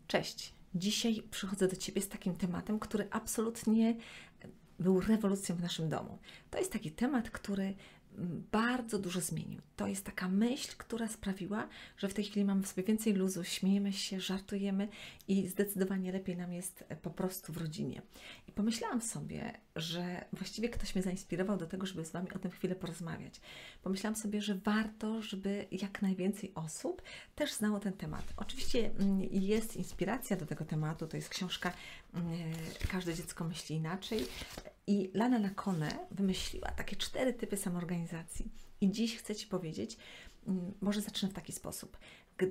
Cześć! Dzisiaj przychodzę do Ciebie z takim tematem, który absolutnie był rewolucją w naszym domu. To jest taki temat, który bardzo dużo zmienił. To jest taka myśl, która sprawiła, że w tej chwili mamy w sobie więcej luzu, śmiejemy się, żartujemy i zdecydowanie lepiej nam jest po prostu w rodzinie. I pomyślałam sobie, że właściwie ktoś mnie zainspirował do tego, żeby z Wami o tym chwilę porozmawiać. Pomyślałam sobie, że warto, żeby jak najwięcej osób też znało ten temat. Oczywiście jest inspiracja do tego tematu, to jest książka Każde dziecko myśli inaczej. I Lana Nakone wymyśliła takie 4 typy samoorganizacji. I dziś chcę Ci powiedzieć, może zacznę w taki sposób.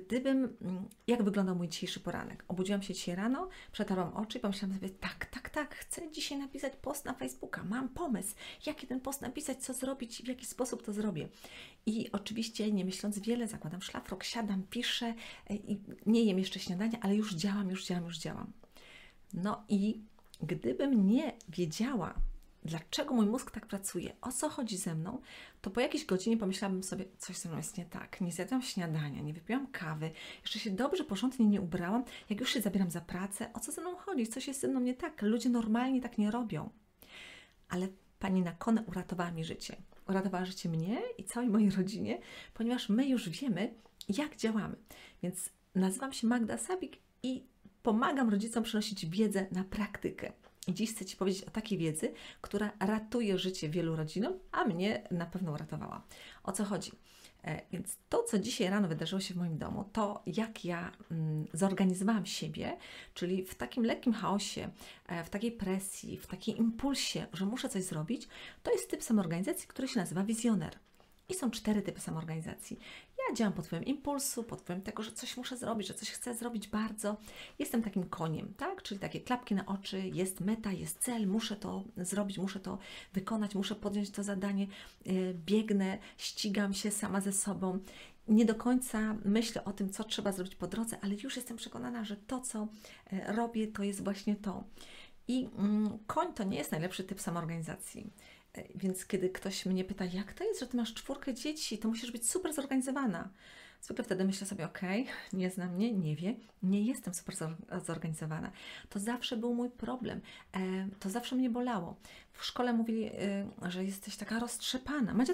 Jak wyglądał mój dzisiejszy poranek? Obudziłam się dzisiaj rano, przetarłam oczy i pomyślałam sobie, tak, chcę dzisiaj napisać post na Facebooka. Mam pomysł, jaki ten post napisać, co zrobić, w jaki sposób to zrobię. I oczywiście, nie myśląc wiele, zakładam szlafrok, siadam, piszę i nie jem jeszcze śniadania, ale już działam. No i gdybym nie wiedziała, dlaczego mój mózg tak pracuje, o co chodzi ze mną, to po jakiejś godzinie pomyślałabym sobie, coś ze mną jest nie tak, nie zjadłam śniadania, nie wypiłam kawy, jeszcze się dobrze, porządnie nie ubrałam, jak już się zabieram za pracę, o co ze mną chodzi, coś jest ze mną nie tak, ludzie normalnie tak nie robią. Ale pani Nakone uratowała mi życie. Uratowała życie mnie i całej mojej rodzinie, ponieważ my już wiemy, jak działamy. Więc nazywam się Magda Sabik i pomagam rodzicom przenosić wiedzę na praktykę. I dziś chcę Ci powiedzieć o takiej wiedzy, która ratuje życie wielu rodzinom, a mnie na pewno uratowała. O co chodzi? Więc to, co dzisiaj rano wydarzyło się w moim domu, to jak ja zorganizowałam siebie, czyli w takim lekkim chaosie, w takiej presji, w takim impulsie, że muszę coś zrobić, to jest typ samoorganizacji, który się nazywa wizjoner. I są 4 typy samoorganizacji. Ja działam pod wpływem impulsu, pod wpływem tego, że coś muszę zrobić, że coś chcę zrobić bardzo. Jestem takim koniem, tak? Czyli takie klapki na oczy, jest meta, jest cel, muszę to zrobić, muszę to wykonać, muszę podjąć to zadanie, biegnę, ścigam się sama ze sobą. Nie do końca myślę o tym, co trzeba zrobić po drodze, ale już jestem przekonana, że to, co robię, to jest właśnie to. I koń to nie jest najlepszy typ samoorganizacji. Więc kiedy ktoś mnie pyta, jak to jest, że Ty masz 4 dzieci, to musisz być super zorganizowana. Zwykle wtedy myślę sobie, okej, nie zna mnie, nie wie, nie jestem super zorganizowana. To zawsze był mój problem, to zawsze mnie bolało. W szkole mówili, że jesteś taka roztrzepana. Macie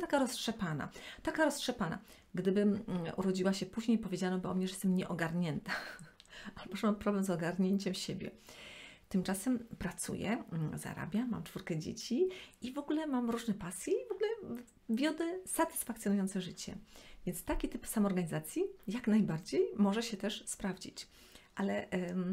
taka roztrzepana. Gdybym urodziła się później, powiedziano by o mnie, że jestem nieogarnięta. Albo że mam problem z ogarnięciem siebie. Tymczasem pracuję, zarabiam, mam 4 dzieci i w ogóle mam różne pasje i w ogóle wiodę satysfakcjonujące życie. Więc taki typ samoorganizacji jak najbardziej może się też sprawdzić. Ale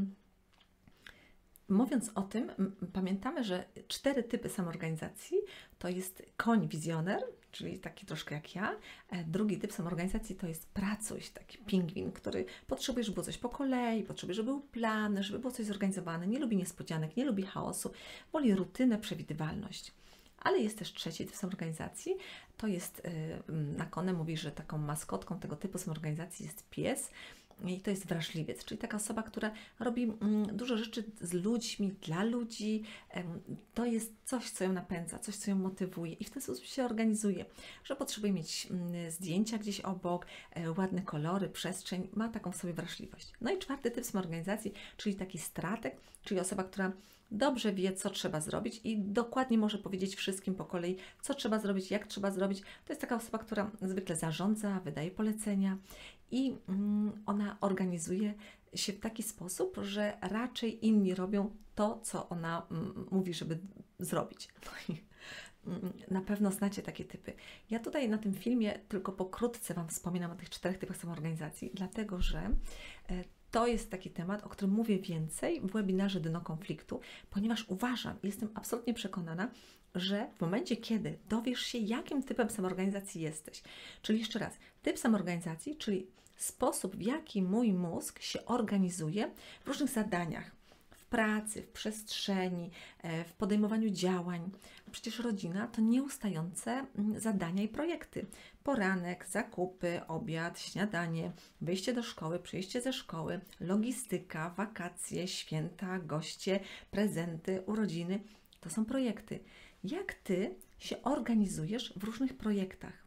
mówiąc o tym, pamiętamy, że 4 typy samoorganizacji to jest koń wizjoner, czyli taki troszkę jak ja. Drugi typ samoorganizacji to jest pracuś, taki pingwin, który potrzebuje, żeby było coś po kolei, potrzebuje, żeby był plan, żeby było coś zorganizowane, nie lubi niespodzianek, nie lubi chaosu, woli rutynę, przewidywalność. Ale jest też 3 typ samoorganizacji, to jest, Nakone mówi, że taką maskotką tego typu samoorganizacji jest pies, i to jest wrażliwiec, czyli taka osoba, która robi dużo rzeczy z ludźmi, dla ludzi. To jest coś, co ją napędza, coś, co ją motywuje i w ten sposób się organizuje, że potrzebuje mieć zdjęcia gdzieś obok, ładne kolory, przestrzeń, ma taką w sobie wrażliwość. No i 4 typ samoorganizacji, czyli taki strateg, czyli osoba, która dobrze wie, co trzeba zrobić i dokładnie może powiedzieć wszystkim po kolei, co trzeba zrobić, jak trzeba zrobić. To jest taka osoba, która zwykle zarządza, wydaje polecenia i ona organizuje się w taki sposób, że raczej inni robią to, co ona mówi, żeby zrobić. Na pewno znacie takie typy. Ja tutaj na tym filmie tylko pokrótce Wam wspominam o tych 4 typach samoorganizacji, dlatego że to jest taki temat, o którym mówię więcej w webinarze Dno konfliktu, ponieważ uważam, jestem absolutnie przekonana, że w momencie, kiedy dowiesz się, jakim typem samoorganizacji jesteś, czyli jeszcze raz, typ samoorganizacji, czyli sposób, w jaki mój mózg się organizuje w różnych zadaniach, w pracy, w przestrzeni, w podejmowaniu działań. Przecież rodzina to nieustające zadania i projekty. Poranek, zakupy, obiad, śniadanie, wyjście do szkoły, przyjście ze szkoły, logistyka, wakacje, święta, goście, prezenty, urodziny. To są projekty. Jak Ty się organizujesz w różnych projektach?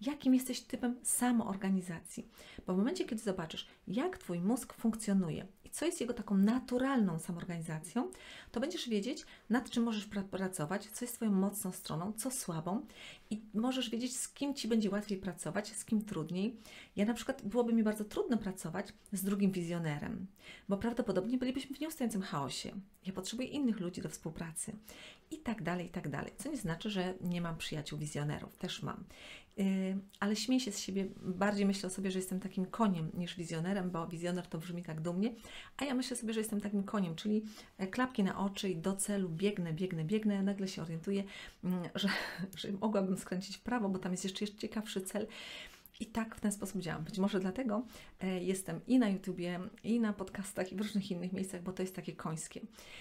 jakim jesteś typem samoorganizacji. Bo w momencie, kiedy zobaczysz, jak Twój mózg funkcjonuje i co jest jego taką naturalną samoorganizacją, to będziesz wiedzieć, nad czym możesz pracować, co jest Twoją mocną stroną, co słabą i możesz wiedzieć, z kim Ci będzie łatwiej pracować, z kim trudniej. Ja na przykład byłoby mi bardzo trudno pracować z drugim wizjonerem, bo prawdopodobnie bylibyśmy w nieustającym chaosie. Ja potrzebuję innych ludzi do współpracy i tak dalej, i tak dalej. Co nie znaczy, że nie mam przyjaciół wizjonerów, też mam. Ale śmieję się z siebie, bardziej myślę o sobie, że jestem takim koniem niż wizjonerem, bo wizjoner to brzmi tak dumnie, a ja myślę sobie, że jestem takim koniem, czyli klapki na oczy i do celu biegnę, nagle się orientuję, że mogłabym skręcić w prawo, bo tam jest jeszcze ciekawszy cel. I tak w ten sposób działam. Być może dlatego jestem i na YouTubie, i na podcastach, i w różnych innych miejscach, bo to jest takie końskie.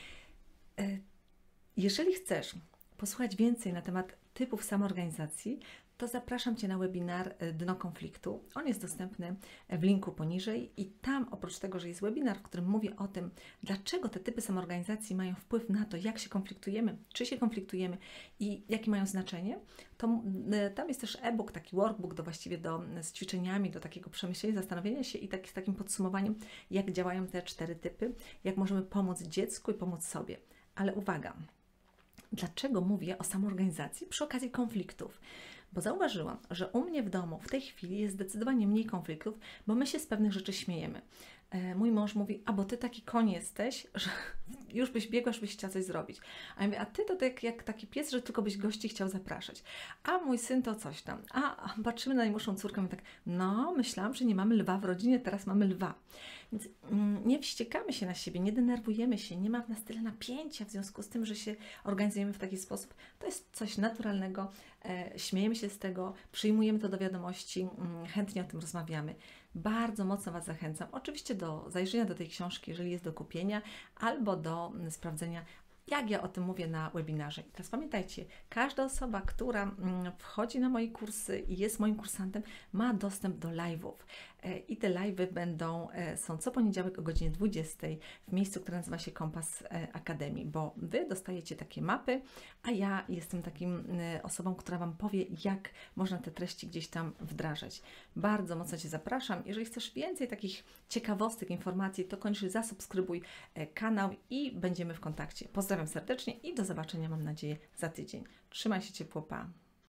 Jeżeli chcesz posłuchać więcej na temat typów samoorganizacji, to zapraszam Cię na webinar Dno konfliktu. On jest dostępny w linku poniżej i tam oprócz tego, że jest webinar, w którym mówię o tym, dlaczego te typy samoorganizacji mają wpływ na to, jak się konfliktujemy, czy się konfliktujemy i jakie mają znaczenie, to tam jest też e-book, taki workbook z ćwiczeniami, do takiego przemyślenia, zastanowienia się i z takim podsumowaniem, jak działają te 4 typy, jak możemy pomóc dziecku i pomóc sobie. Ale uwaga, dlaczego mówię o samoorganizacji przy okazji konfliktów? Bo zauważyłam, że u mnie w domu w tej chwili jest zdecydowanie mniej konfliktów, bo my się z pewnych rzeczy śmiejemy. Mój mąż mówi, a bo ty taki koń jesteś, że już byś biegła, już byś chciała coś zrobić. A ja mówię, a ty to tak jak taki pies, że tylko byś gości chciał zapraszać. A mój syn to coś tam. A patrzymy na najmłodszą córkę i tak, no myślałam, że nie mamy lwa w rodzinie, teraz mamy lwa. Więc nie wściekamy się na siebie, nie denerwujemy się, nie ma w nas tyle napięcia w związku z tym, że się organizujemy w taki sposób. To jest coś naturalnego, śmiejemy się z tego, przyjmujemy to do wiadomości, chętnie o tym rozmawiamy. Bardzo mocno Was zachęcam, oczywiście do zajrzenia do tej książki, jeżeli jest do kupienia, albo do sprawdzenia, jak ja o tym mówię na webinarze. I teraz pamiętajcie, każda osoba, która wchodzi na moje kursy i jest moim kursantem, ma dostęp do live'ów. I te live'y są co poniedziałek o godzinie 20 w miejscu, które nazywa się Kompas Akademii, bo Wy dostajecie takie mapy, a ja jestem takim osobą, która Wam powie, jak można te treści gdzieś tam wdrażać. Bardzo mocno Cię zapraszam. Jeżeli chcesz więcej takich ciekawostek, informacji, to koniecznie zasubskrybuj kanał i będziemy w kontakcie. Pozdrawiam serdecznie i do zobaczenia, mam nadzieję, za tydzień. Trzymaj się ciepło, pa!